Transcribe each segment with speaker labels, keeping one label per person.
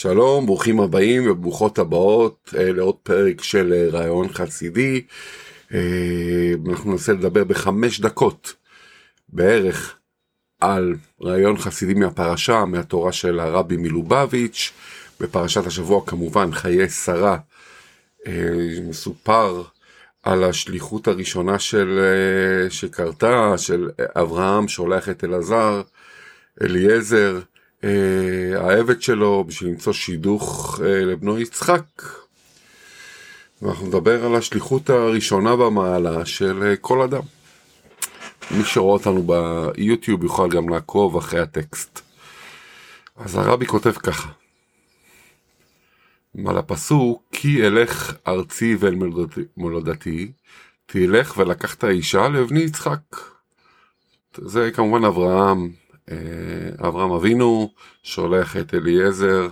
Speaker 1: שלום, ברוכים הבאים וברוכות הבאות לעוד פרק של רעיון חסידי. אנחנו ננסה לדבר ב5 דקות בערך על רעיון חסידי מהפרשה, מהתורה של הרבי מלובביץ'. בפרשת השבוע כמובן חיי שרה, מסופר על השליחות הראשונה שקרתה, של אברהם שולח את אלעזר, אליעזר, העבד שלו, בשביל למצוא שידוך לבנו יצחק. ואנחנו נדבר על השליחות הראשונה במעלה של כל אדם. מי שרואה אותנו ביוטיוב יוכל גם לעקוב אחרי הטקסט. אז הרבי כותב ככה, על הפסוק, כי אלך ארצי ואל מולדתי, תלך ולקחת האישה לבני יצחק. זה כמובן אברהם אבינו שולח את אליעזר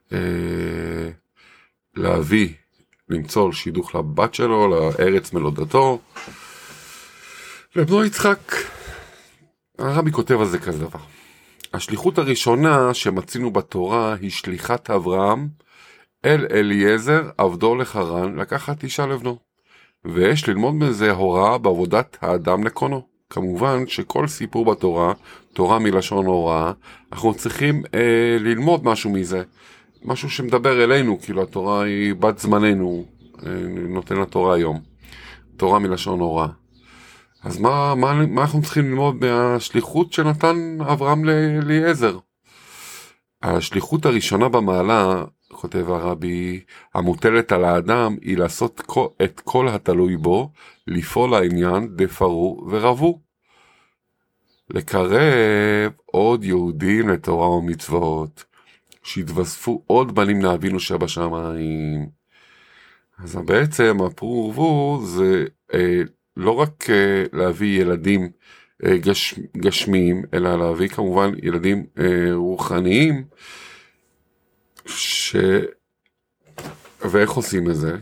Speaker 1: להביא, למצוא שידוך לבת שלו, לארץ מולדתו, לבנו יצחק. הרבי כותב על זה כזה דבר. השליחות הראשונה שמצינו בתורה היא שליחת אברהם אל אליעזר עבדו לחרן לקחת אישה לבנו. ויש ללמוד מזה הוראה בעבודת האדם לקונו. כמובן שכל סיפור בתורה, תורה מלשון הוראה, אנחנו צריכים ללמוד משהו מזה. משהו שמדבר אלינו, כאילו התורה היא בת זמננו, נותן התורה היום. תורה מלשון הוראה. אז מה אנחנו צריכים ללמוד מהשליחות שנתן אברהם לאליעזר? השליחות הראשונה במעלה, כותב הרבי, המוטלת על האדם היא לעשות את כל התלוי בו, לפעול העניין דפרו ורבו. לקרב עוד יהודים לתורה ומצוות, שהתווספו עוד בנים לאבינו שבשמיים. אז בעצם הפרו ורבו זה לא רק להביא ילדים גשמיים, אלא להביא כמובן ילדים רוחניים, ואיך עושים את זה?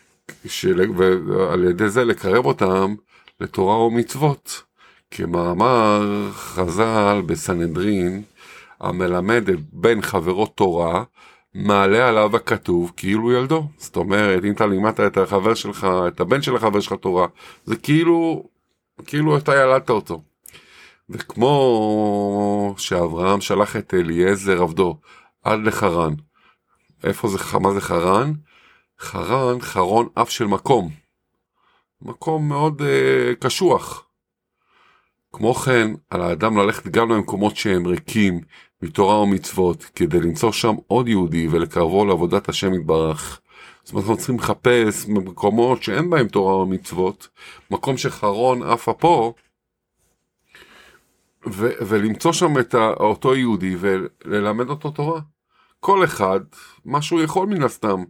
Speaker 1: ועל ידי זה לקרב אותם לתורה ומצוות. כמאמר חז"ל בסנהדרין, המלמד בין חברו תורה, מעלה עליו הכתוב כאילו ילדו. זאת אומרת, אם אתה לימדת את החבר שלך, את הבן של החבר שלך תורה, זה כאילו אתה ילדת אותו. וכמו שאברהם שלח את אליעזר עבדו עד לחרן. מה זה חרן? חרון אף של מקום. מקום מאוד קשוח. כמו כן, על האדם ללכת גם למקומות שהם ריקים מתורה ומצוות, כדי למצוא שם עוד יהודי ולקרבו לעבודת השם יתברך. זאת אומרת, אנחנו צריכים לחפש במקומות שאין בהם תורה ומצוות, מקום שחרון אף אפו, ולמצוא שם את אותו יהודי וללמד אותו תורה. כל אחד, מה שהוא יכול מן הסתם.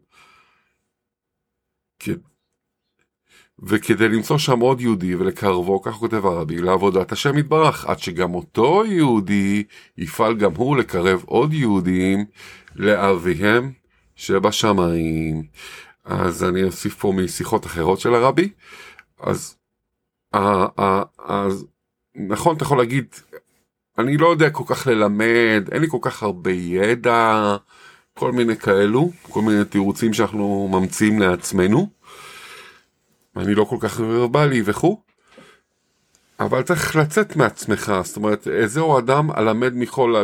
Speaker 1: וכדי למצוא שם עוד יהודי ולקרבו, כך כותב הרבי, לעבודת השם יתברך, עד שגם אותו יהודי יפעל גם הוא לקרב עוד יהודים לאביהם שבשמיים. אז אני אוסיף פה משיחות אחרות של הרבי. אז נכון, אתה יכול להגיד, אני לא יודע כל כך ללמד, אין לי כל כך הרבה ידע, כל מיני כאלו, כל מיני תירוצים שאנחנו ממציאים לעצמנו. אני לא כל כך ורבלי וכו', אבל צריך לצאת מעצמך. זאת אומרת, זהו האדם הלמד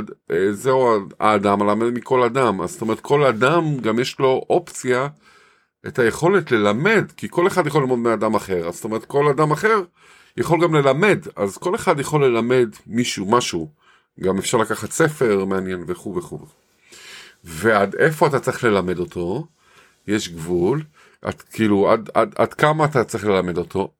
Speaker 1: מכל אדם. אז זאת אומרת, כל אדם גם יש לו אופציה, את היכולת ללמד, כי כל אחד יכול ללמוד מאדם אחר. אז זאת אומרת, כל אדם אחר יכול גם ללמד, אז כל אחד יכול ללמד משהו. גם אפשר לקחת ספר מעניין וכו' וכו'. ועד איפה אתה צריך ללמד אותו? יש גבול. עד כמה אתה צריך ללמד אותו?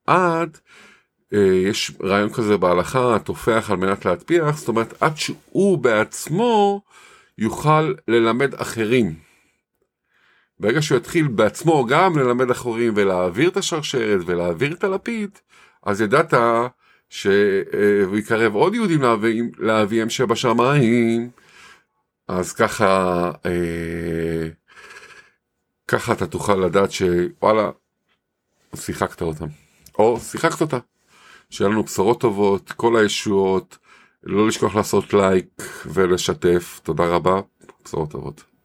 Speaker 1: יש רעיון כזה בהלכה, תופח על מנת להטפיח, זאת אומרת, עד שהוא בעצמו יוכל ללמד אחרים. ברגע שהוא יתחיל בעצמו גם ללמד אחרים ולהעביר את השרשרת ולהעביר את הלפיד, אז ידעת שהוא יקרב עוד יהודים לאביהם שבשמיים. אז ככה אתה תוכל לדעת שוואלה, שיחקת אותם. או שיחקת אותה. שיהיה לנו בשורות טובות, כל הישועות, לא לשכוח לעשות לייק ולשתף. תודה רבה, בשורות טובות.